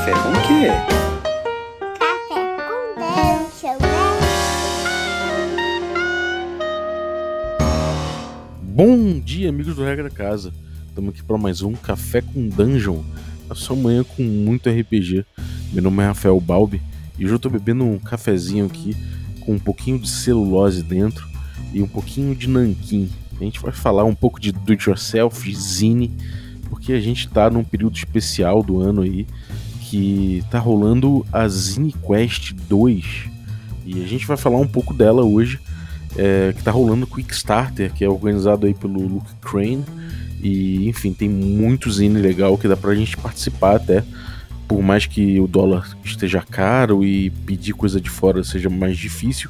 Café com o quê? Café com Dungeon, Bom dia, amigos do Regra da Casa. Estamos aqui para mais um Café com Dungeon, a sua manhã com muito RPG. Meu nome é Rafael Balbi e hoje eu estou bebendo um cafezinho aqui com um pouquinho de celulose dentro e um pouquinho de nanquim. A gente vai falar um pouco de do it yourself, zine, porque a gente está num período especial do ano aí que tá rolando a Zine Quest 2 e a gente vai falar um pouco dela hoje. Que tá rolando o Quickstarter, que é organizado aí pelo Luke Crane. E, enfim, tem muito zine legal que dá pra gente participar até. Por mais que o dólar esteja caro e pedir coisa de fora seja mais difícil,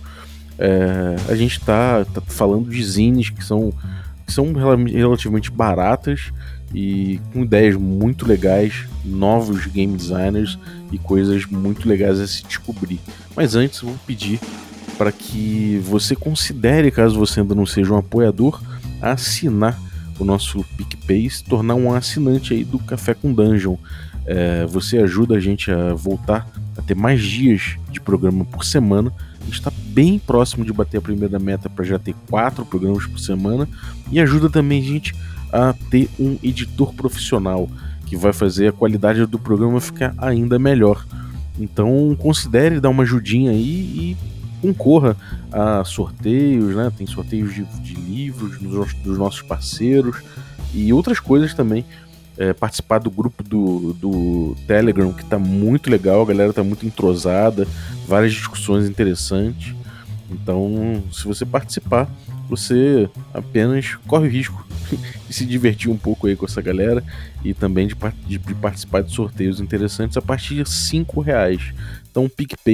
a gente tá falando de zines que são relativamente baratas e com ideias muito legais, novos game designers e coisas muito legais a se descobrir. Mas antes eu vou pedir para que você considere, caso você ainda não seja um apoiador, assinar o nosso PicPay, se tornar um assinante aí do Café com Dungeon. Você ajuda a gente a voltar a ter mais dias de programa por semana. A gente está bem próximo de bater a primeira meta para já ter 4 programas por semana, e ajuda também a gente a ter um editor profissional que vai fazer a qualidade do programa ficar ainda melhor. Então considere dar uma ajudinha aí e concorra a sorteios, né? Tem sorteios de livros dos nossos parceiros e outras coisas também. Participar do grupo do Telegram, que tá muito legal, a galera tá muito entrosada, várias discussões interessantes. Então, se você participar, você apenas corre o risco de se divertir um pouco aí com essa galera e também de participar de sorteios interessantes a partir de R$5. Então,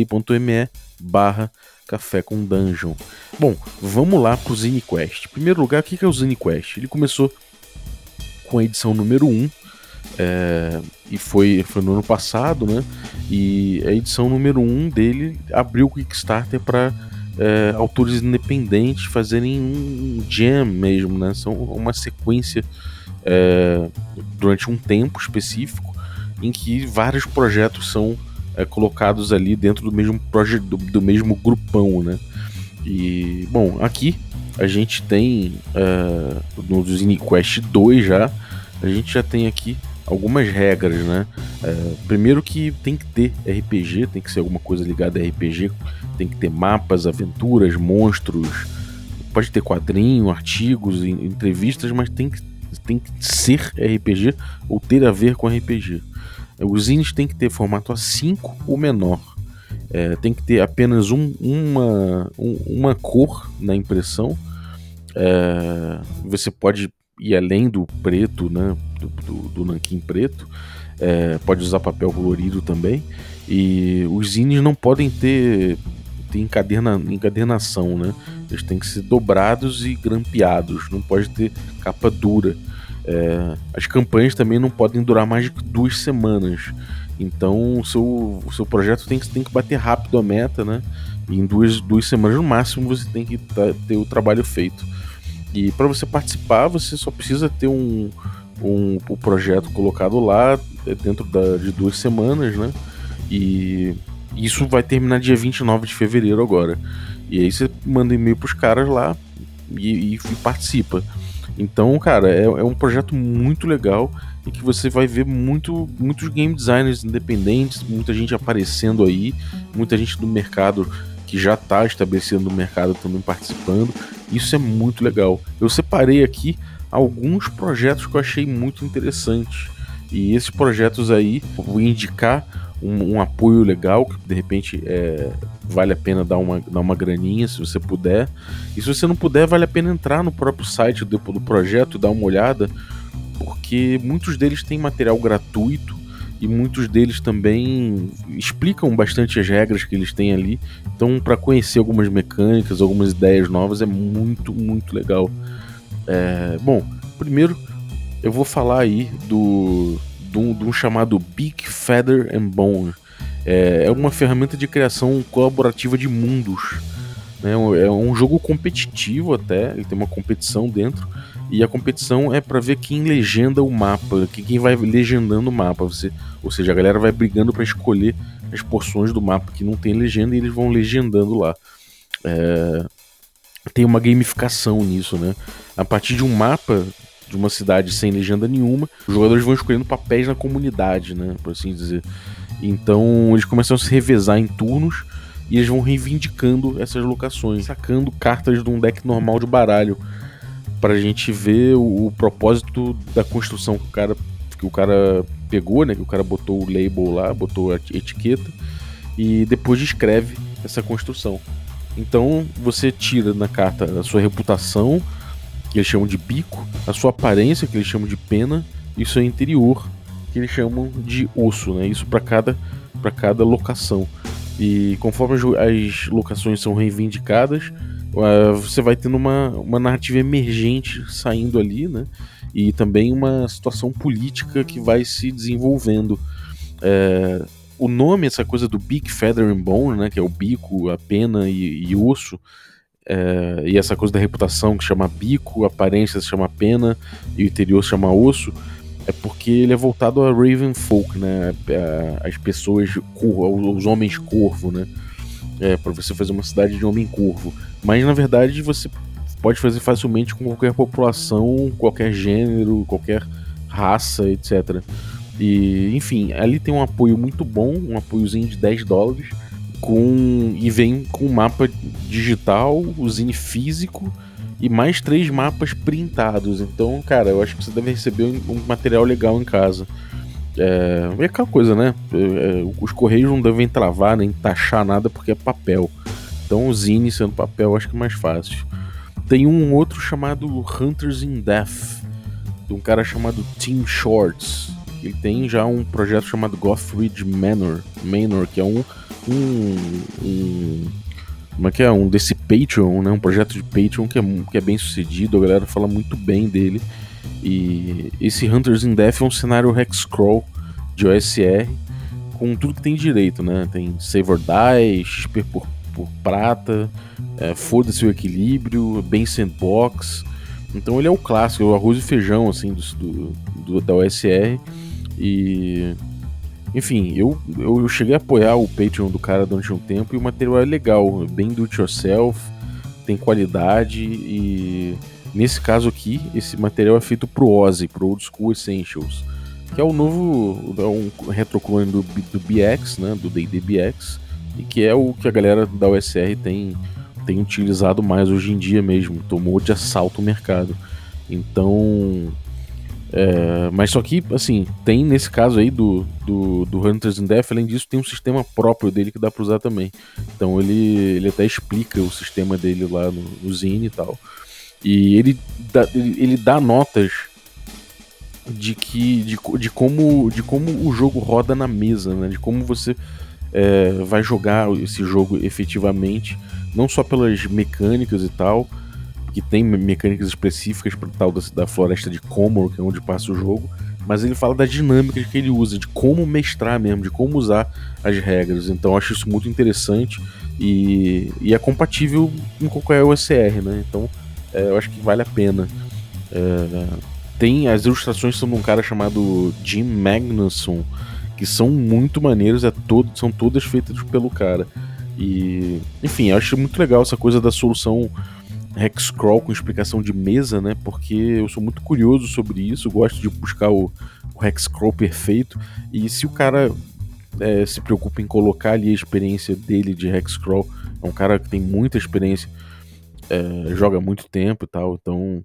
picpay.me/Café com Dungeon. Bom, vamos lá pro Zine Quest. Em primeiro lugar, o que é o Zine Quest? Ele começou com a edição número 1, e foi no ano passado, né? E a edição número 1 dele abriu o Kickstarter para autores independentes fazerem um jam mesmo, né? São uma sequência durante um tempo específico em que vários projetos são colocados ali dentro do mesmo projeto, do mesmo grupão, né? E, bom, aqui a gente tem no Zine Quest 2 já, a gente já tem aqui algumas regras, né? Primeiro que tem que ter RPG, tem que ser alguma coisa ligada a RPG, tem que ter mapas, aventuras, monstros, pode ter quadrinho, artigos, entrevistas, mas tem que ser RPG ou ter a ver com RPG. Os zines tem que ter formato A5 ou menor. Tem que ter apenas uma cor na impressão. Você pode ir além do preto, né, do nanquim preto. Pode usar papel colorido também. E os zines não podem ter encadernação, né? Eles têm que ser dobrados e grampeados. Não pode ter capa dura. As campanhas também não podem durar mais de 2 semanas. Então o seu projeto tem que bater rápido a meta, né? E em duas semanas no máximo você tem que ter o trabalho feito. E para você participar, você só precisa ter o projeto colocado lá dentro de 2 semanas, né? E isso vai terminar dia 29 de fevereiro agora. E aí você manda e-mail pros caras lá e participa. Então, cara, é um projeto muito legal e que você vai ver muitos game designers independentes, muita gente aparecendo aí, muita gente do mercado que já está estabelecendo no mercado também participando. Isso é muito legal. Eu separei aqui alguns projetos que eu achei muito interessantes. E esses projetos aí, eu vou indicar um apoio legal, que de repente vale a pena dar uma graninha, se você puder. E se você não puder, vale a pena entrar no próprio site do projeto e dar uma olhada, porque muitos deles têm material gratuito e muitos deles também explicam bastante as regras que eles têm ali. Então, para conhecer algumas mecânicas, algumas ideias novas, é muito, muito legal. Bom, primeiro eu vou falar aí de um chamado Big Feather and Bone. É uma ferramenta de criação colaborativa de mundos, né? É um jogo competitivo até, ele tem uma competição dentro, E a competição é pra ver quem legenda o mapa, quem vai legendando o mapa. Ou seja, a galera vai brigando pra escolher as porções do mapa que não tem legenda e eles vão legendando lá. Tem uma gamificação nisso, né? A partir de um mapa de uma cidade sem legenda nenhuma, os jogadores vão escolhendo papéis na comunidade, né? Por assim dizer. Então eles começam a se revezar em turnos e eles vão reivindicando essas locações, sacando cartas de um deck normal de baralho, pra gente ver o propósito da construção que o cara pegou, né? Que o cara botou o label lá, botou a etiqueta e depois descreve essa construção. Então você tira na carta a sua reputação, que eles chamam de bico, a sua aparência, que eles chamam de pena, e o seu interior, que eles chamam de osso, né? Isso para cada locação. E conforme as locações são reivindicadas, você vai tendo uma narrativa emergente saindo ali, né? E também uma situação política que vai se desenvolvendo. O nome, essa coisa do Beak, Feather and Bone, né? Que é o bico, a pena e osso. E essa coisa da reputação que chama bico, a aparência se chama pena e o interior se chama osso, é porque ele é voltado a Ravenfolk, né? As pessoas, os homens corvo, né? Para você fazer uma cidade de homem corvo. Mas na verdade você pode fazer facilmente com qualquer população, qualquer gênero, qualquer raça, etc. E enfim, ali tem um apoio muito bom, um apoiozinho de $10. E vem com um mapa digital, o zine físico e mais 3 mapas printados. Então, cara, eu acho que você deve receber um material legal em casa. É aquela coisa, né? Os correios não devem travar nem taxar nada porque é papel. Então, o zine sendo papel, eu acho que é mais fácil. Tem um outro chamado Hunters in Death, de um cara chamado Tim Shorts. Ele tem já um projeto chamado Gothridge Manor, que é como é que é? Um desse Patreon, né? Um projeto de Patreon que é bem sucedido, a galera fala muito bem dele. E esse Hunters in Death é um cenário Hexcrawl de OSR com tudo que tem direito, né? Tem Save or Die, XP por prata, foda-se o equilíbrio, bem sandbox. Então ele é o clássico, é o arroz e feijão assim, da OSR. E enfim, eu cheguei a apoiar o Patreon do cara durante um tempo e o material é legal, bem do it yourself, tem qualidade. E nesse caso aqui, esse material é feito pro OSE, pro Old School Essentials, que é o novo, é um retroclone do BX, né, do D&D BX, e que é o que a galera da OSR tem utilizado mais hoje em dia mesmo, tomou de assalto o mercado. Então mas só que, assim, tem nesse caso aí do Hunters in Death, além disso, tem um sistema próprio dele que dá pra usar também. Então ele até explica o sistema dele lá no zine e tal. E ele dá notas de como o jogo roda na mesa, né? De como você vai jogar esse jogo efetivamente, não só pelas mecânicas e tal, que tem mecânicas específicas para tal da floresta de Comor, que é onde passa o jogo, mas ele fala da dinâmica que ele usa, de como mestrar mesmo, de como usar as regras. Então eu acho isso muito interessante e é compatível com qualquer OSR, né? Então eu acho que vale a pena. Tem as ilustrações são de um cara chamado Jim Magnusson, que são muito maneiras, são todas feitas pelo cara. E enfim, eu acho muito legal essa coisa da solução Hexcrawl com explicação de mesa, né? Porque eu sou muito curioso sobre isso, gosto de buscar o Hexcrawl perfeito. E se o cara se preocupa em colocar ali a experiência dele de Hexcrawl, é um cara que tem muita experiência, joga há muito tempo e tal, então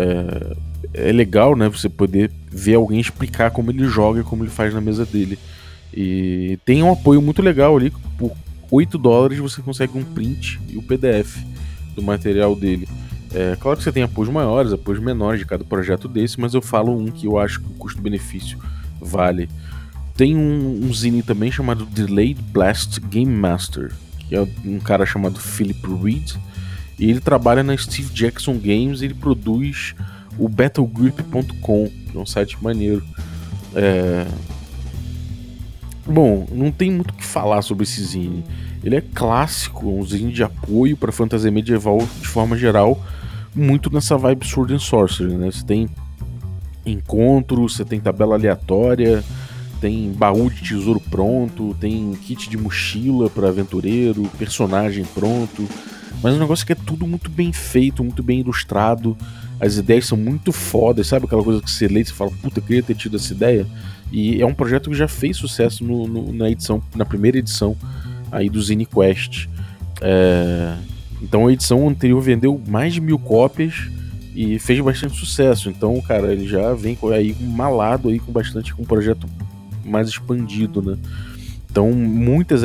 é legal, né? Você poder ver alguém explicar como ele joga e como ele faz na mesa dele. E tem um apoio muito legal ali, por $8 você consegue um print e o PDF do material dele. Claro que você tem apoios maiores, apoios menores de cada projeto desse, mas eu falo um que eu acho que o custo-benefício vale. Tem um zine também chamado Delayed Blast Game Master, que é um cara chamado Philip Reed, e ele trabalha na Steve Jackson Games e ele produz o Battlegrip.com, que é um site maneiro. Bom, não tem muito o que falar sobre esse zine. Ele é clássico, um zine de apoio para fantasia medieval de forma geral, muito nessa vibe Sword and Sorcery, né? Você tem encontro, você tem tabela aleatória, tem baú de tesouro pronto, tem kit de mochila para aventureiro, personagem pronto, mas o negócio é que é tudo muito bem feito, muito bem ilustrado, as ideias são muito fodas, sabe aquela coisa que você lê e você fala, puta, eu queria ter tido essa ideia? E é um projeto que já fez sucesso na primeira edição aí do Zine Quest. Então a edição anterior vendeu mais de 1000 cópias e fez bastante sucesso. Então, cara, ele já vem aí malado aí com um projeto mais expandido, né? Então, muitas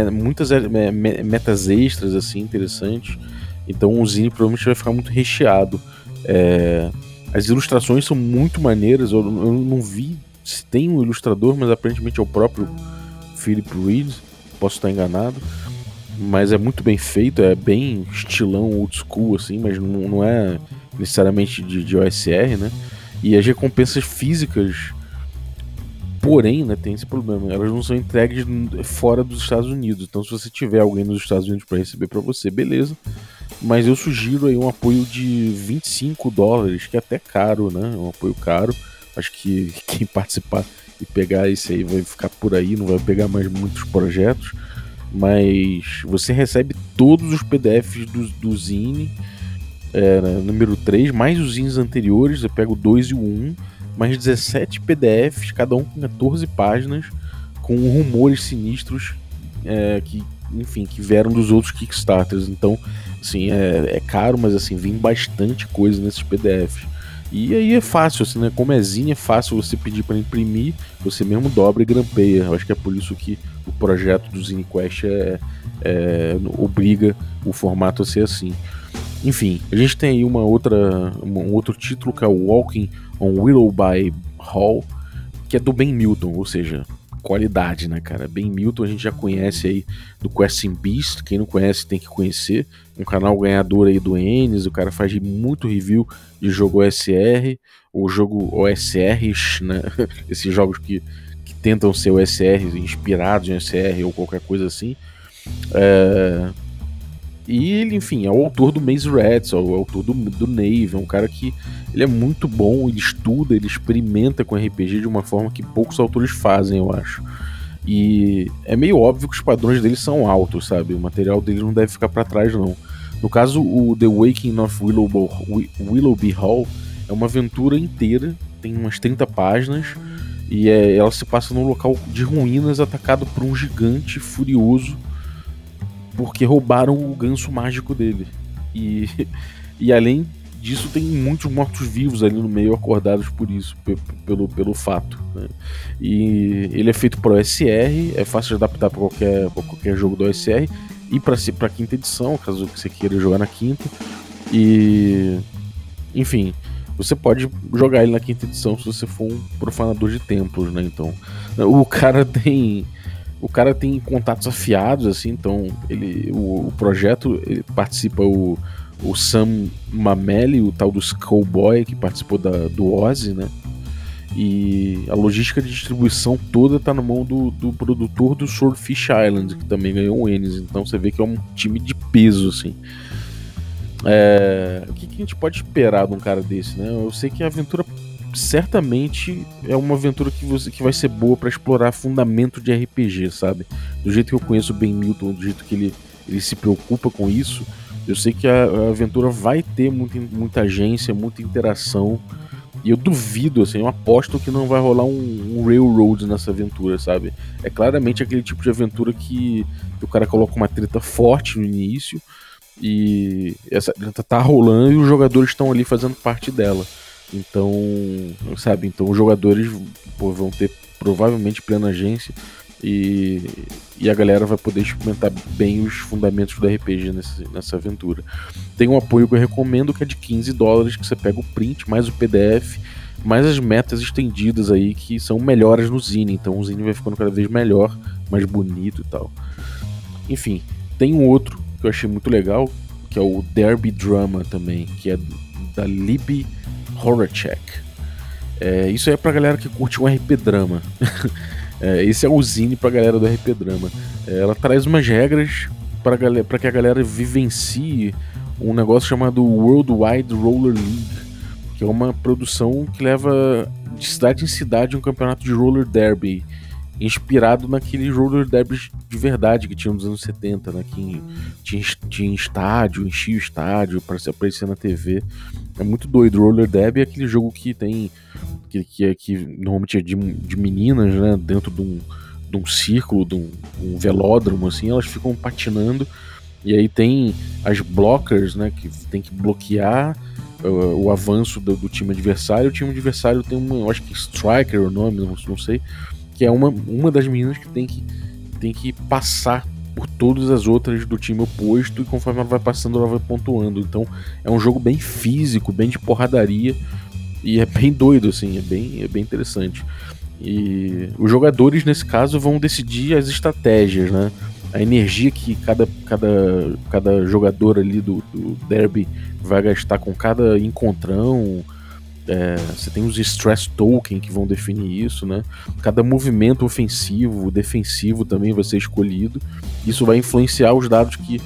metas extras assim interessantes. Então, o Zine provavelmente vai ficar muito recheado. As ilustrações são muito maneiras. Eu não vi se tem um ilustrador, mas aparentemente é o próprio Philip Reed. Posso estar enganado. Mas é muito bem feito, é bem estilão old school, assim, mas não é necessariamente de OSR, né? E as recompensas físicas, porém, né, tem esse problema, elas não são entregues fora dos Estados Unidos. Então, se você tiver alguém nos Estados Unidos para receber para você, beleza. Mas eu sugiro aí um apoio de $25, que é até caro, né? É um apoio caro. Acho que quem participar e pegar esse aí vai ficar por aí, não vai pegar mais muitos projetos. Mas você recebe todos os PDFs do Zine, número 3, mais os zines anteriores, eu pego o 2 e o 1, mais 17 PDFs, cada um com 14 páginas, com rumores sinistros que vieram dos outros Kickstarters. Então, assim, é caro, mas assim, vem bastante coisa nesses PDFs. E aí é fácil, assim, né? Como é Zine, é fácil você pedir para imprimir, você mesmo dobra e grampeia. Eu acho que é por isso que o projeto do Zine Quest obriga o formato a ser assim. Enfim, a gente tem aí um outro título que é o Walking on Willoughby Hall, que é do Ben Milton, ou seja, qualidade, né, cara? Ben Milton a gente já conhece aí do Questing Beast, quem não conhece tem que conhecer, um canal ganhador aí do Enes, o cara faz muito review de jogo OSR, ou jogo OSRs, né? Esses jogos que tentam ser OSR, inspirados em OSR ou qualquer coisa assim. E ele, enfim, é o autor do Maze Rats, é o autor do Nave, é um cara que ele é muito bom, ele estuda, ele experimenta com RPG de uma forma que poucos autores fazem, eu acho. E é meio óbvio que os padrões dele são altos, sabe? O material dele não deve ficar para trás, não. No caso, o The Waking of Willoughby Hall é uma aventura inteira, tem umas 30 páginas, e ela se passa num local de ruínas atacado por um gigante furioso porque roubaram o ganso mágico dele. E além disso, tem muitos mortos-vivos ali no meio, acordados por isso, pelo fato, né? E ele é feito para OSR, é fácil de adaptar para qualquer jogo do OSR, e para a quinta edição, caso você queira jogar na quinta. E enfim, você pode jogar ele na quinta edição se você for um profanador de templos, né? Então, o cara tem contatos afiados, assim, então o projeto, ele participa o Sam Mameli, o tal do Skullboy, que participou do Ozzy, né? E a logística de distribuição toda tá na mão do produtor do Swordfish Island, que também ganhou o Ennis, então você vê que é um time de peso, assim. O que a gente pode esperar de um cara desse, né? Eu sei que a aventura certamente é uma aventura que vai ser boa para explorar fundamento de RPG, sabe? Do jeito que eu conheço o Ben Milton, do jeito que ele se preocupa com isso, eu sei que a aventura vai ter muita agência, muita interação, e eu duvido, assim, eu aposto que não vai rolar um railroad nessa aventura, sabe? É claramente aquele tipo de aventura que o cara coloca uma treta forte no início, e essa treta tá rolando e os jogadores estão ali fazendo parte dela. Então, sabe, então os jogadores vão ter provavelmente plena agência e a galera vai poder experimentar bem os fundamentos do RPG nessa aventura. Tem um apoio que eu recomendo, que é de $15, que você pega o print, mais o PDF, mais as metas estendidas aí, que são melhoras no Zine. Então o Zine vai ficando cada vez melhor, mais bonito e tal. Enfim, tem um outro que eu achei muito legal, que é o Derby Drama também, que é da Libby Horacek. Isso aí é pra galera que curte um RP Drama. Esse é o Zine pra galera do RP Drama. Ela traz umas regras pra que a galera vivencie um negócio chamado Worldwide Roller League, que é uma produção que leva de cidade em cidade um campeonato de roller derby, inspirado naqueles roller derbys de verdade que tinha nos anos 70, né? Que tinha estádio, enchia o estádio para aparecer na TV. É muito doido. Roller derby é aquele jogo que tem que normalmente é de meninas, né? Dentro de um círculo, de um velódromo, assim, elas ficam patinando. E aí tem as blockers, né? Que tem que bloquear o avanço do time adversário. O time adversário tem eu acho que striker o nome, não sei, que é uma das meninas que tem que passar por todas as outras do time oposto, e conforme ela vai passando, ela vai pontuando. Então é um jogo bem físico, bem de porradaria, e é bem doido, assim, é bem interessante. E os jogadores, nesse caso, vão decidir as estratégias, né? A energia que cada jogador ali do derby vai gastar com cada encontrão. Você tem os stress token que vão definir isso, né? Cada movimento ofensivo, defensivo também vai ser escolhido. Isso vai influenciar os dados que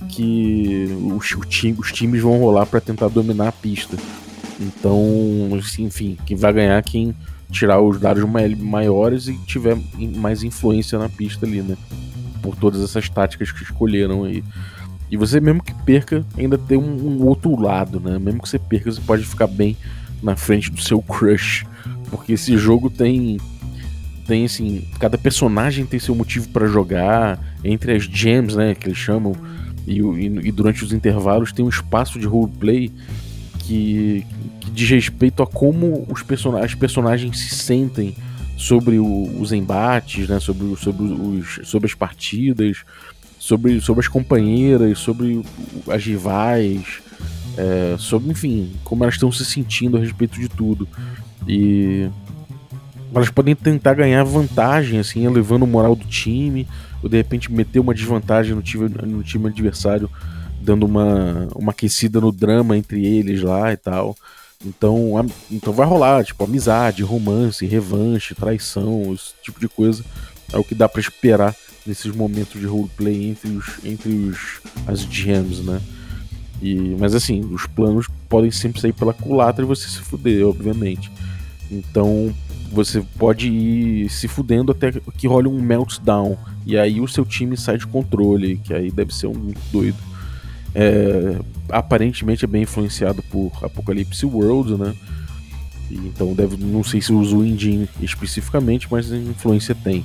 os times vão rolar para tentar dominar a pista. Então, assim, enfim, quem vai ganhar quem tirar os dados maiores e tiver mais influência na pista ali, né? Por todas essas táticas que escolheram aí. E você, mesmo que perca, ainda tem um outro lado, né? Mesmo que você perca, você pode ficar bem na frente do seu crush, porque esse jogo tem assim, cada personagem tem seu motivo para jogar. Entre as gems, né, que eles chamam, e durante os intervalos tem um espaço de roleplay que diz respeito a como as personagens se sentem sobre os embates, né, sobre as partidas, sobre as companheiras, sobre as rivais, sobre, enfim, como elas estão se sentindo a respeito de tudo. E elas podem tentar ganhar vantagem, assim, elevando o moral do time, ou de repente meter uma desvantagem no time adversário, dando uma aquecida no drama entre eles lá e tal. Então vai rolar, tipo, amizade, romance, revanche, traição, esse tipo de coisa. É o que dá pra esperar nesses momentos de roleplay entre as gems, né? Mas assim, os planos podem sempre sair pela culatra e você se fuder, obviamente. Então você pode ir se fudendo até que role um meltdown, e aí o seu time sai de controle, que aí deve ser muito doido. Aparentemente é bem influenciado por Apocalypse World, né? Então não sei se usa o engine especificamente, mas a influência tem.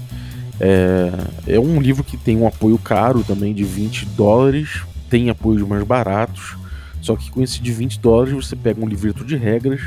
É um livro que tem um apoio caro também, de $20. Tem apoios mais baratos, só que com esse de $20 você pega um livreto de regras,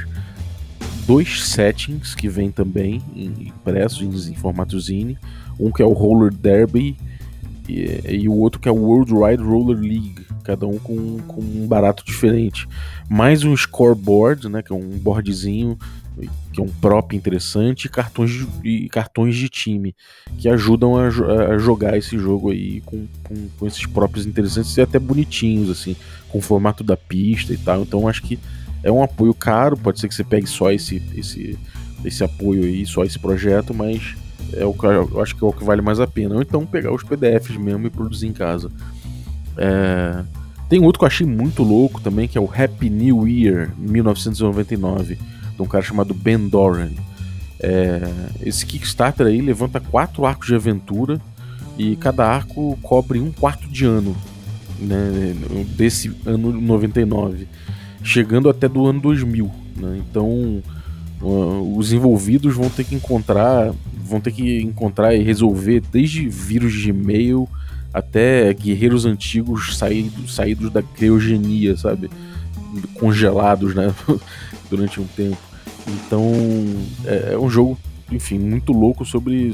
2 settings que vem também impressos em formato zine, um que é o Roller Derby e o outro que é o Worldwide Roller League, cada um com um barato diferente, mais um scoreboard, né, que é um boardzinho, que é um prop interessante, e cartões de time que ajudam a jogar esse jogo aí com esses props interessantes e até bonitinhos, assim, com o formato da pista e tal. Então acho que é um apoio caro, pode ser que você pegue só esse apoio aí, só esse projeto, mas eu acho que é o que vale mais a pena. Ou então pegar os PDFs mesmo e produzir em casa. Tem outro que eu achei muito louco também, que é o Happy New Year 1999, de um cara chamado Ben Doran. Esse Kickstarter aí levanta 4 arcos de aventura, e cada arco cobre um quarto de ano, né, desse ano 99, chegando até do ano 2000, né? Então os envolvidos vão ter que encontrar e resolver desde vírus de e-mail até guerreiros antigos saídos da criogenia, sabe? Congelados, né? Durante um tempo. Então é um jogo, enfim, muito louco sobre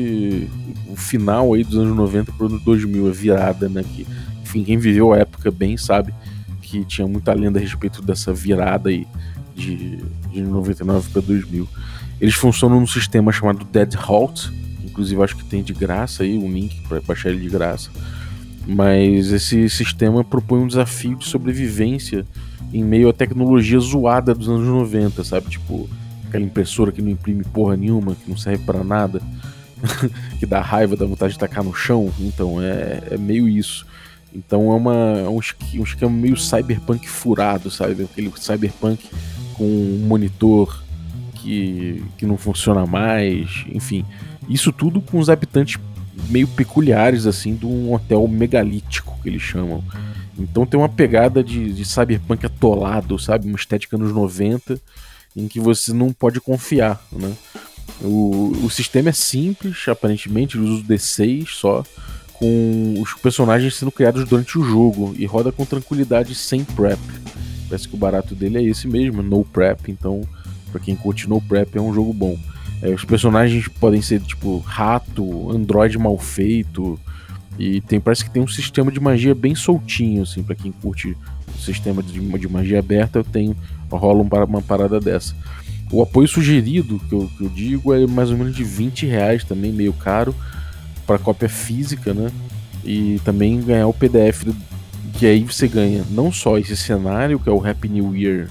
o final aí dos anos 90 para o ano 2000, a virada, né? Que, enfim, quem viveu a época bem sabe que tinha muita lenda a respeito dessa virada aí de 99 para 2000. Eles funcionam num sistema chamado Dead Halt, inclusive acho que tem de graça aí um link para baixar ele de graça. Mas esse sistema propõe um desafio de sobrevivência em meio à tecnologia zoada dos anos 90, sabe? Tipo, aquela impressora que não imprime porra nenhuma, que não serve para nada, que dá raiva, dá vontade de tacar no chão. Então é meio isso. Então é um esquema meio cyberpunk furado, sabe? Aquele cyberpunk com um monitor que não funciona mais, enfim. Isso tudo com os habitantes meio peculiares, assim, de um hotel megalítico, que eles chamam. Então tem uma pegada de cyberpunk atolado, sabe? Uma estética nos 90, em que você não pode confiar, né? O sistema é simples, aparentemente, ele usa o D6 só, com os personagens sendo criados durante o jogo, e roda com tranquilidade sem prep. Parece que o barato dele é esse mesmo, no prep, então pra quem curte no prep é um jogo bom. Os personagens podem ser tipo rato, androide mal feito, e parece que tem um sistema de magia bem soltinho, assim, pra quem curte o sistema de magia aberta, rola uma parada dessa. O apoio sugerido, que eu digo, é mais ou menos de R$20 também, meio caro, para cópia física, né? E também ganhar o PDF, que aí você ganha não só esse cenário, que é o Happy New Year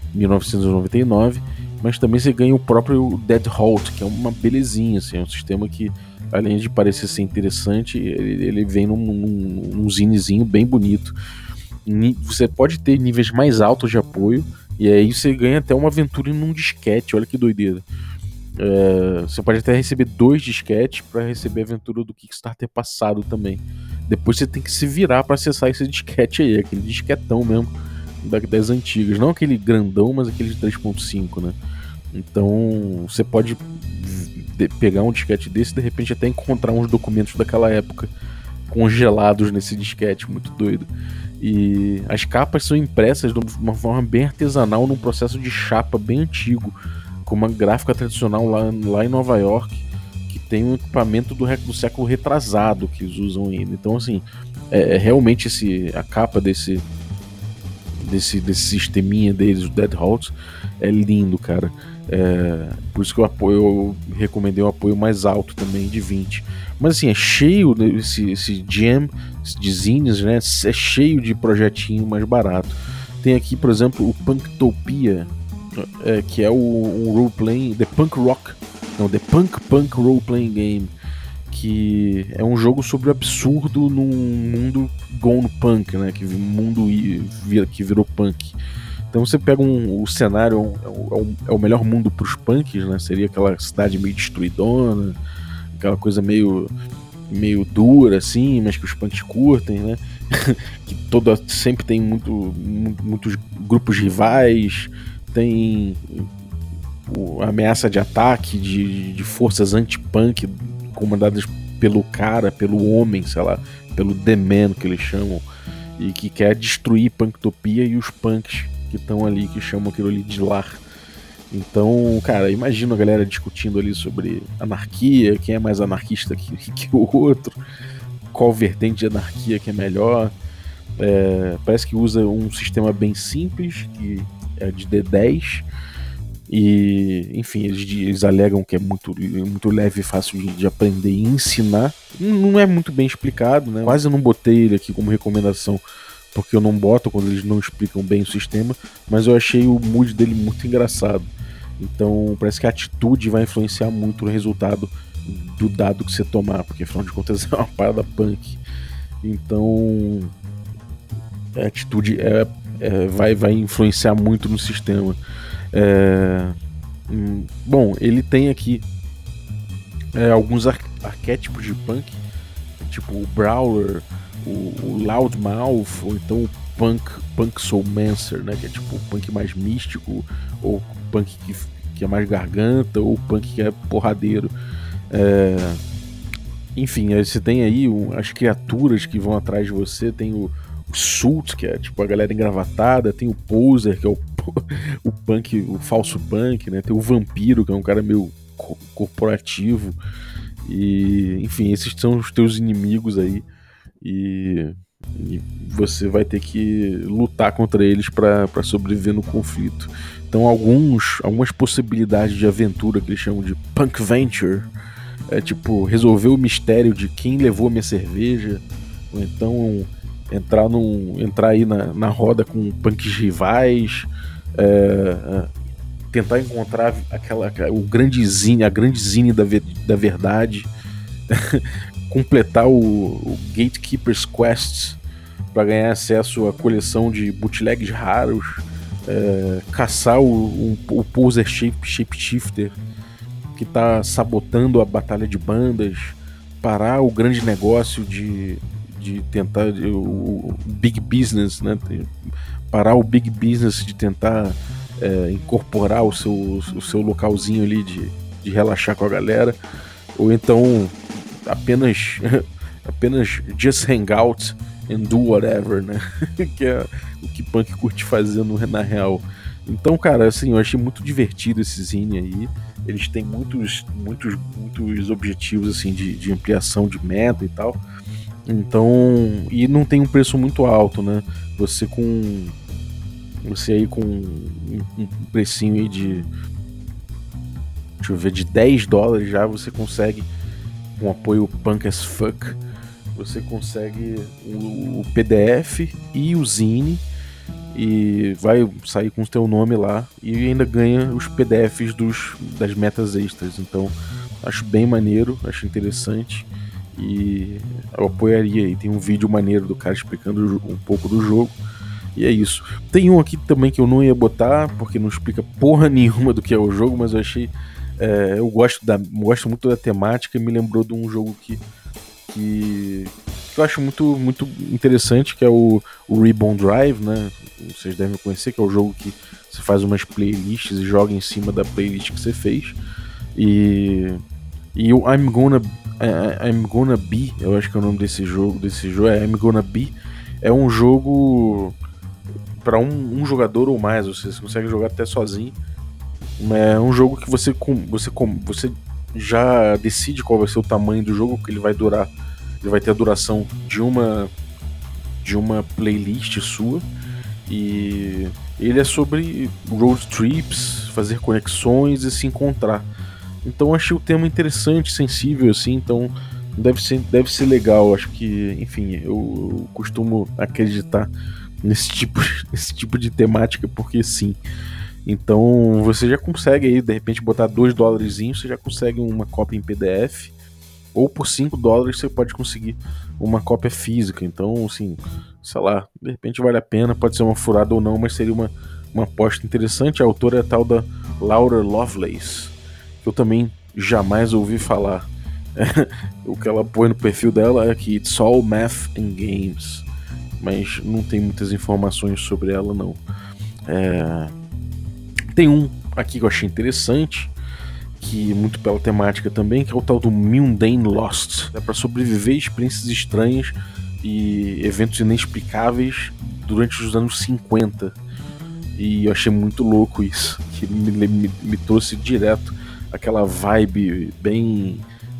1999, mas também você ganha o próprio Dead Halt, que é uma belezinha, assim, é um sistema que, além de parecer ser interessante, ele vem num zinezinho bem bonito. Você pode ter níveis mais altos de apoio, e aí você ganha até uma aventura num disquete, olha que doideira. Você pode até receber 2 disquetes para receber a aventura do Kickstarter passado também. Depois você tem que se virar para acessar esse disquete aí, aquele disquetão mesmo das antigas, não aquele grandão, mas aquele de 3.5, né? Então você pode pegar um disquete desse e de repente até encontrar uns documentos daquela época congelados nesse disquete, muito doido. E as capas são impressas de uma forma bem artesanal, num processo de chapa bem antigo, com uma gráfica tradicional lá em Nova York, que tem um equipamento do século retrasado que eles usam ainda. Então, assim, realmente a capa desse sisteminha deles, o Dead Halt, é lindo, cara. Por isso que eu recomendei um apoio mais alto também, de 20. Mas assim, é cheio esse jam de zines, né? É cheio de projetinho mais barato. Tem aqui, por exemplo, o Punktopia, que é um role-playing, The Punk Role-Playing Game, que é um jogo sobre o absurdo num mundo gone punk, né? Que mundo que virou punk. Então você pega o cenário, é o melhor mundo pros punks, né? Seria aquela cidade meio destruidona, aquela coisa meio dura, assim, mas que os punks curtem, né? Que sempre tem muitos grupos rivais, tem a ameaça de ataque de forças anti-punk comandadas pelo homem, sei lá, pelo The Man, que eles chamam, e que quer destruir Punktopia e os punks que estão ali, que chamam aquilo ali de lar. Então, cara, imagina a galera discutindo ali sobre anarquia, quem é mais anarquista que o outro, qual vertente de anarquia que é melhor. Parece que usa um sistema bem simples, que é de D10, e, enfim, eles alegam que é muito leve e fácil de aprender e ensinar. Não é muito bem explicado, né? Quase eu não botei ele aqui como recomendação, porque eu não boto quando eles não explicam bem o sistema, mas eu achei o mood dele muito engraçado. Então parece que a atitude vai influenciar muito no resultado do dado que você tomar, porque afinal de contas é uma parada punk. Então a atitude vai influenciar muito no sistema. Bom, ele tem aqui alguns arquétipos de punk, tipo o Brawler, o Loudmouth, ou então o Punk Soulmancer, né, que é tipo o punk mais místico, ou punk que é mais garganta, ou punk que é porradeiro. Enfim, você tem aí as criaturas que vão atrás de você, tem o Suit, que é tipo a galera engravatada, tem o Poser, que é o punk, o falso punk, né? Tem o Vampiro, que é um cara meio corporativo. E, enfim, esses são os teus inimigos aí. E você vai ter que lutar contra eles para sobreviver no conflito. Então algumas possibilidades de aventura que eles chamam de Punk Venture, tipo resolver o mistério de quem levou a minha cerveja, ou então entrar aí na roda com punks rivais, tentar encontrar a grande zine da verdade, completar o Gatekeeper's Quest, para ganhar acesso à coleção de bootlegs raros, caçar o poser shapeshifter que tá sabotando a batalha de bandas, parar o grande negócio de tentar o big business, né? Parar o big business de tentar incorporar o seu localzinho ali de relaxar com a galera, ou então apenas just hang out and do whatever, né? Que é o que punk curte fazer na real. Então, cara, assim, eu achei muito divertido esse zine aí. Eles têm muitos objetivos assim de ampliação de meta e tal. Então, e não tem um preço muito alto, né? Você aí com um precinho aí de, deixa eu ver, de $10 já você consegue, com apoio Punk as Fuck, você consegue o PDF e o zine, e vai sair com o teu nome lá, e ainda ganha os PDFs das metas extras. Então acho bem maneiro, acho interessante, e eu apoiaria. E tem um vídeo maneiro do cara explicando um pouco do jogo, e é isso. Tem um aqui também que eu não ia botar porque não explica porra nenhuma do que é o jogo, mas eu achei, eu gosto muito da temática, e me lembrou de um jogo que eu acho muito interessante, que é o Ribbon Drive, né? Vocês devem conhecer, que é o jogo que você faz umas playlists e joga em cima da playlist que você fez. E o I'm Gonna Be, eu acho que é o nome desse jogo é I'm Gonna Be. É um jogo para um jogador ou mais, você consegue jogar até sozinho. É um jogo que você já decide qual vai ser o tamanho do jogo, que ele vai durar. Ele vai ter a duração de uma playlist sua, e ele é sobre road trips, fazer conexões e se encontrar. Então eu achei o tema interessante, sensível assim, então deve ser legal. Acho que, enfim, eu costumo acreditar nesse tipo de temática, porque sim. Então você já consegue aí, de repente, botar $2, você já consegue uma cópia em PDF, ou por $5 você pode conseguir uma cópia física. Então, assim, sei lá, de repente vale a pena, pode ser uma furada ou não, mas seria uma aposta interessante. A autora é a tal da Laura Lovelace, que eu também jamais ouvi falar. O que ela põe no perfil dela é que it's all math and games, mas não tem muitas informações sobre ela, não. Tem um aqui que eu achei interessante, que muito pela temática também, que é o tal do Mundane Lost. É para sobreviver a experiências estranhas e eventos inexplicáveis durante os anos 50. E eu achei muito louco isso, que me trouxe direto aquela vibe bem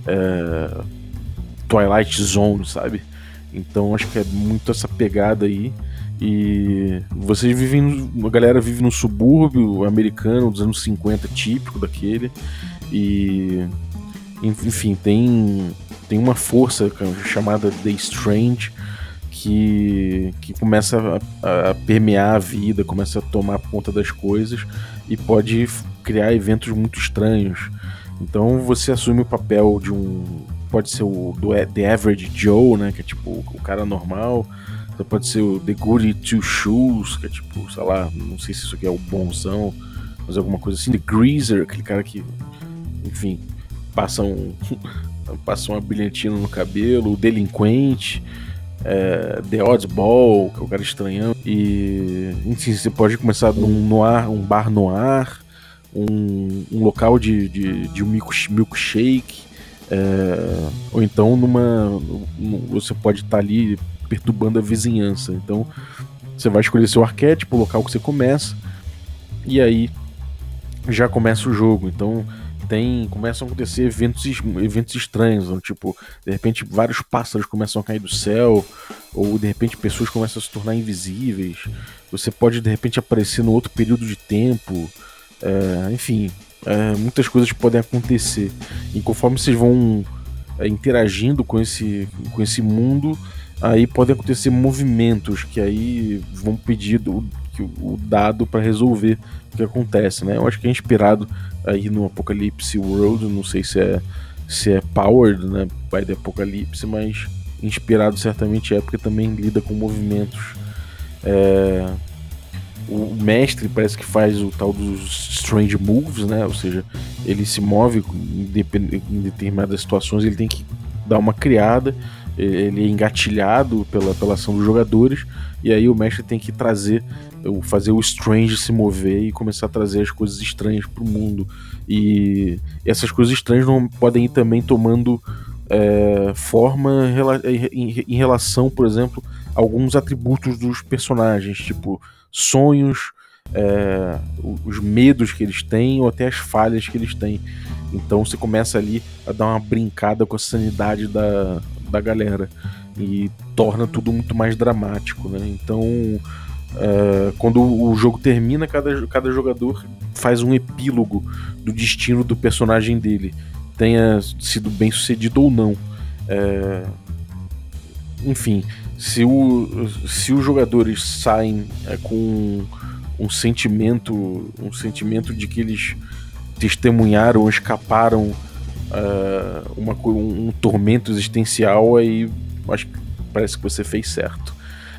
Twilight Zone, sabe? Então acho que é muito essa pegada aí. E a galera vive no subúrbio americano dos anos 50, típico daquele. E enfim, tem uma força chamada The Strange que começa a permear a vida, começa a tomar conta das coisas e pode criar eventos muito estranhos. Então você assume o papel de pode ser The Average Joe, né, que é tipo o cara normal. Você pode ser o The Goody Two Shoes, que é tipo, sei lá, não sei se isso aqui é o bonzão, mas alguma coisa assim. The Greaser, aquele cara que, enfim, passa uma brilhantina no cabelo. O Delinquente, The Oddball, que é o cara estranhão. E, enfim, você pode começar um bar no ar, um local de milkshake, ou então você pode estar ali perturbando a vizinhança. Então você vai escolher seu arquétipo, o local que você começa, e aí já começa o jogo. Então começam a acontecer eventos estranhos, então, tipo, de repente vários pássaros começam a cair do céu, ou de repente pessoas começam a se tornar invisíveis. Você pode de repente aparecer no outro período de tempo. Enfim, muitas coisas podem acontecer, e conforme vocês vão interagindo com esse mundo, aí podem acontecer movimentos que aí vão pedir o dado para resolver o que acontece, né? Eu acho que é inspirado aí no Apocalypse World, não sei se é powered, né, by the Apocalypse, mas inspirado certamente porque também lida com movimentos. O mestre parece que faz o tal dos strange moves, né? Ou seja, ele se move em determinadas situações, ele tem que dar uma criada, ele é engatilhado pela ação dos jogadores, e aí o mestre tem que fazer o strange se mover e começar a trazer as coisas estranhas pro mundo. E essas coisas estranhas não podem ir também tomando forma em relação, por exemplo, a alguns atributos dos personagens, tipo sonhos, os medos que eles têm ou até as falhas que eles têm. Então você começa ali a dar uma brincada com a sanidade da galera e torna tudo muito mais dramático, né? Então quando o jogo termina, cada jogador faz um epílogo do destino do personagem dele, tenha sido bem sucedido ou não. Enfim, se os jogadores saem com um sentimento de que eles testemunharam, escaparam um tormento existencial, aí acho que parece que você fez certo.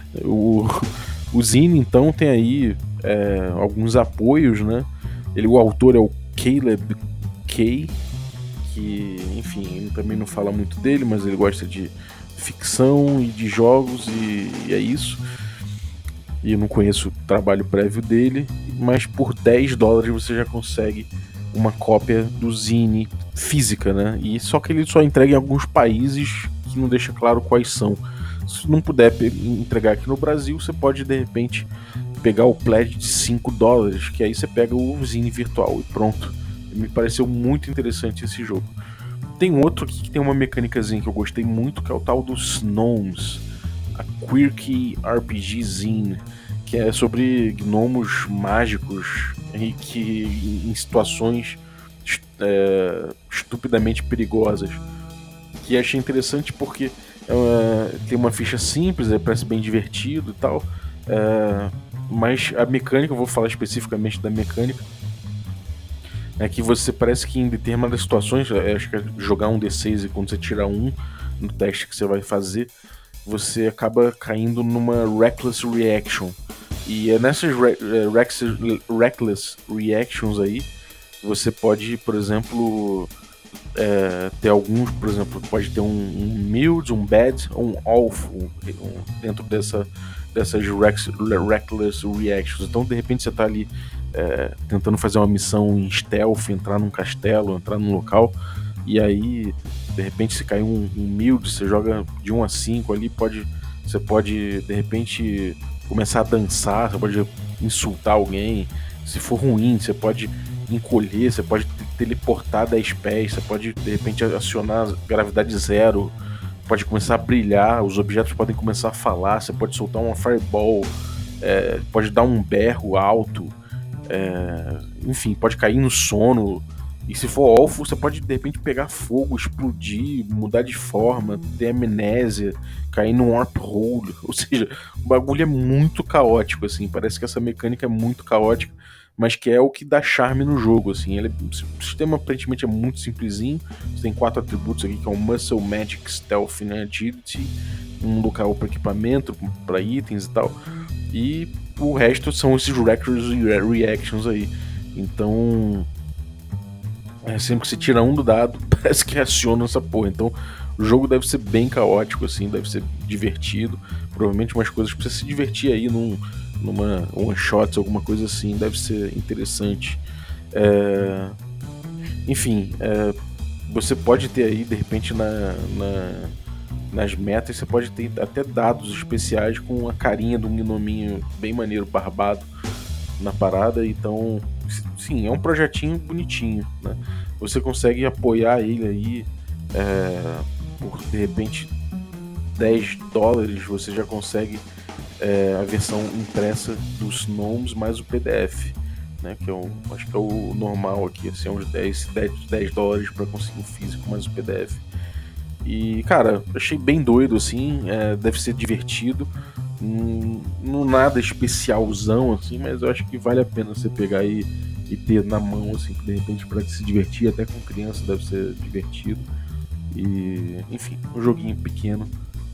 O Zine, então, tem aí alguns apoios, né? O autor é o Caleb Kay, que, enfim, também não fala muito dele, mas ele gosta de ficção e de jogos, e é isso. E eu não conheço o trabalho prévio dele, mas por $10 você já consegue uma cópia do Zine física, né? E só que ele só entrega em alguns países que não deixa claro quais são. Se não puder entregar aqui no Brasil, você pode de repente pegar o pledge de $5, que aí você pega o Zine virtual e pronto. Me pareceu muito interessante esse jogo. Tem outro aqui que tem uma mecânicazinha que eu gostei muito, que é o tal dos Gnomes, a Quirky RPG Zine, que é sobre gnomos mágicos que em situações estupidamente perigosas. Que achei interessante porque tem uma ficha simples, parece bem divertido e tal, mas a mecânica, eu vou falar especificamente da mecânica, é que você parece que em determinadas situações, acho que é jogar um D6 e quando você tira um no teste que você vai fazer, você acaba caindo numa Reckless Reaction. E é nessas Reckless Reactions aí, você pode, por exemplo, ter alguns, por exemplo, pode ter um Mild, um Bad ou um Awful dentro dessas Reckless Reactions. Então, de repente, você tá ali tentando fazer uma missão em stealth, entrar num castelo, entrar num local, e aí, de repente, se cair um Mild, você joga de 1 a 5 ali, você pode, de repente, começar a dançar, você pode insultar alguém. Se for ruim, você pode encolher, você pode teleportar 10 pés, você pode, de repente, acionar gravidade zero, pode começar a brilhar, os objetos podem começar a falar, você pode soltar uma fireball, pode dar um berro alto, enfim, pode cair no sono. E se for awful, você pode de repente pegar fogo, explodir, mudar de forma, ter amnésia, cair num warp hole. Ou seja, o bagulho é muito caótico, assim. Parece que essa mecânica é muito caótica, mas que é o que dá charme no jogo, assim. O sistema aparentemente é muito simplesinho. Você tem 4 atributos aqui, que é o Muscle, Magic, Stealth e Agility, um local para equipamento, para itens e tal. E o resto são esses Reckless Reactions aí. Então, sempre que você tira um do dado, parece que reaciona essa porra. Então, o jogo deve ser bem caótico, assim, deve ser divertido. Provavelmente umas coisas pra você se divertir aí numa one shot, alguma coisa assim, deve ser interessante. Enfim, você pode ter aí, de repente, nas metas, você pode ter até dados especiais com a carinha de um gnominho bem maneiro, barbado, na parada. Então, sim, é um projetinho bonitinho, né? Você consegue apoiar ele aí por, de repente, $10, você já consegue a versão impressa dos Gnomes mais o PDF, né? Que acho que é o normal aqui, assim, uns $10 para conseguir o físico mais o PDF. E, cara, achei bem doido, assim, deve ser divertido. Não nada especialzão, assim, mas eu acho que vale a pena você pegar e ter na mão, assim, de repente para se divertir, até com criança deve ser divertido. E, enfim, um joguinho pequeno,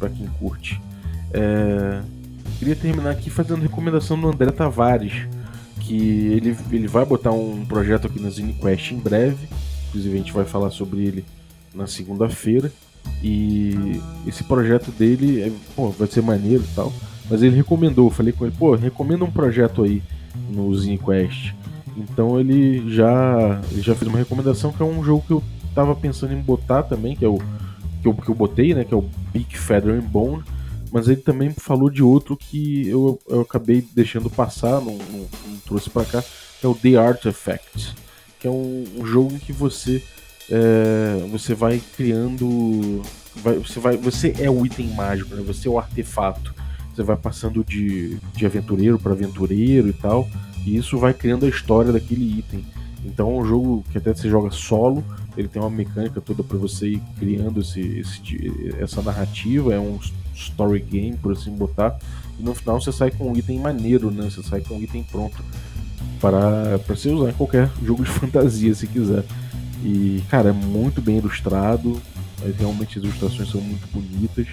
pra quem curte. Queria terminar aqui fazendo recomendação do André Tavares, que ele vai botar um projeto aqui na ZineQuest em breve. Inclusive a gente vai falar sobre ele na segunda-feira. E esse projeto dele vai ser maneiro e tal. Mas ele recomendou, eu falei com ele, recomenda um projeto aí no ZineQuest. Então ele já fez uma recomendação, que é um jogo que eu tava pensando em botar também, que é o que eu botei, né, que é o Big Feather and Bone. Mas ele também falou de outro que eu acabei deixando passar, não trouxe pra cá, que é o The Artifact, que é um jogo em que você vai criando, você é o item mágico, né? Você é o artefato, você vai passando de aventureiro para aventureiro e tal, e isso vai criando a história daquele item. Então é um jogo que até você joga solo, ele tem uma mecânica toda para você ir criando essa narrativa, é um story game, por assim botar, e no final você sai com um item maneiro, né? Você sai com um item pronto para você usar em qualquer jogo de fantasia, se quiser. E, cara, é muito bem ilustrado, mas realmente as ilustrações são muito bonitas.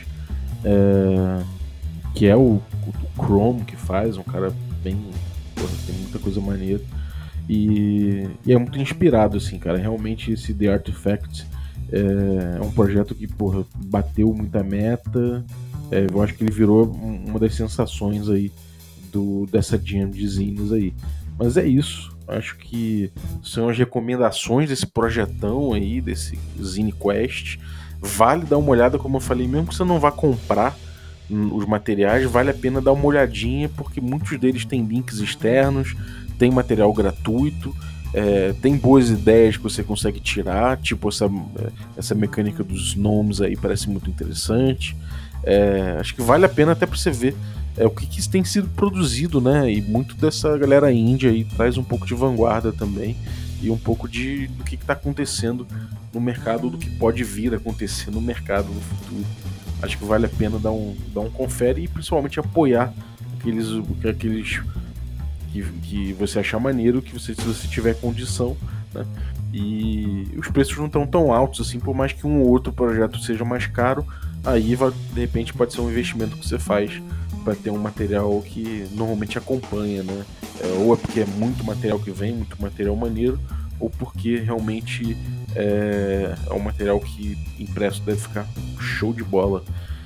Que é o Chrome que faz, um cara bem... tem muita coisa maneira. E é muito inspirado, assim, cara. Realmente esse The Artifact é um projeto que, bateu muita meta. Eu acho que ele virou uma das sensações aí dessa jam de zines aí. Mas é isso. Acho que são as recomendações desse projetão aí, desse ZineQuest. Vale dar uma olhada, como eu falei, mesmo que você não vá comprar os materiais, vale a pena dar uma olhadinha, porque muitos deles têm links externos, tem material gratuito, tem boas ideias que você consegue tirar, tipo essa mecânica dos nomes aí parece muito interessante. Acho que vale a pena até para você ver o que tem sido produzido, né? E muito dessa galera índia aí traz um pouco de vanguarda também, e um pouco do que está acontecendo no mercado, do que pode vir a acontecer no mercado no futuro. Acho que vale a pena dar um confere, e principalmente apoiar aqueles que você achar maneiro, se você tiver condição, né? E os preços não estão tão altos assim, por mais que um ou outro projeto seja mais caro, aí de repente pode ser um investimento que você faz para ter um material que normalmente acompanha, né? Ou é porque é muito material que vem, muito material maneiro, ou porque realmente é um material que impresso deve ficar show de bola.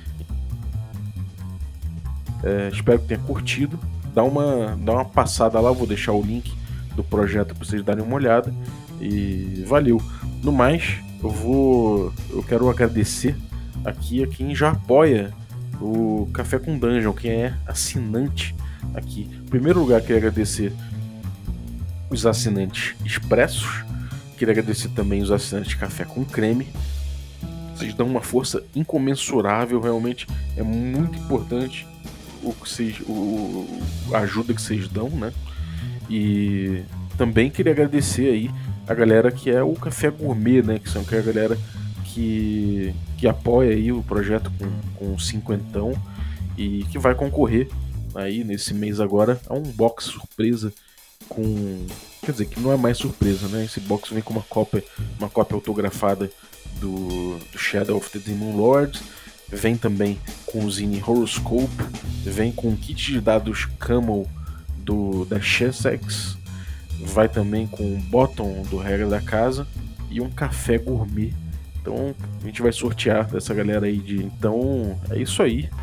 Espero que tenha curtido. Dá uma passada lá, vou deixar o link do projeto para vocês darem uma olhada. E valeu. No mais, eu quero agradecer aqui a quem já apoia o Café com Dungeon, quem é assinante aqui. Em primeiro lugar, queria agradecer os assinantes expressos. Queria agradecer também os assinantes Café com Creme. Vocês dão uma força incomensurável, realmente é muito importante a ajuda que vocês dão, né? E também queria agradecer aí a galera que é o Café Gourmet, né? Que é a galera que apoia aí o projeto com cinquentão e que vai concorrer aí nesse mês agora a um box surpresa quer dizer, que não é mais surpresa, né? Esse box vem com uma cópia autografada do Shadow of the Demon Lord, vem também com o Zine Horoscope, vem com um kit de dados Camel da Chessex, vai também com um bottom do Regra da Casa e um café gourmet. Então a gente vai sortear dessa galera aí então é isso aí.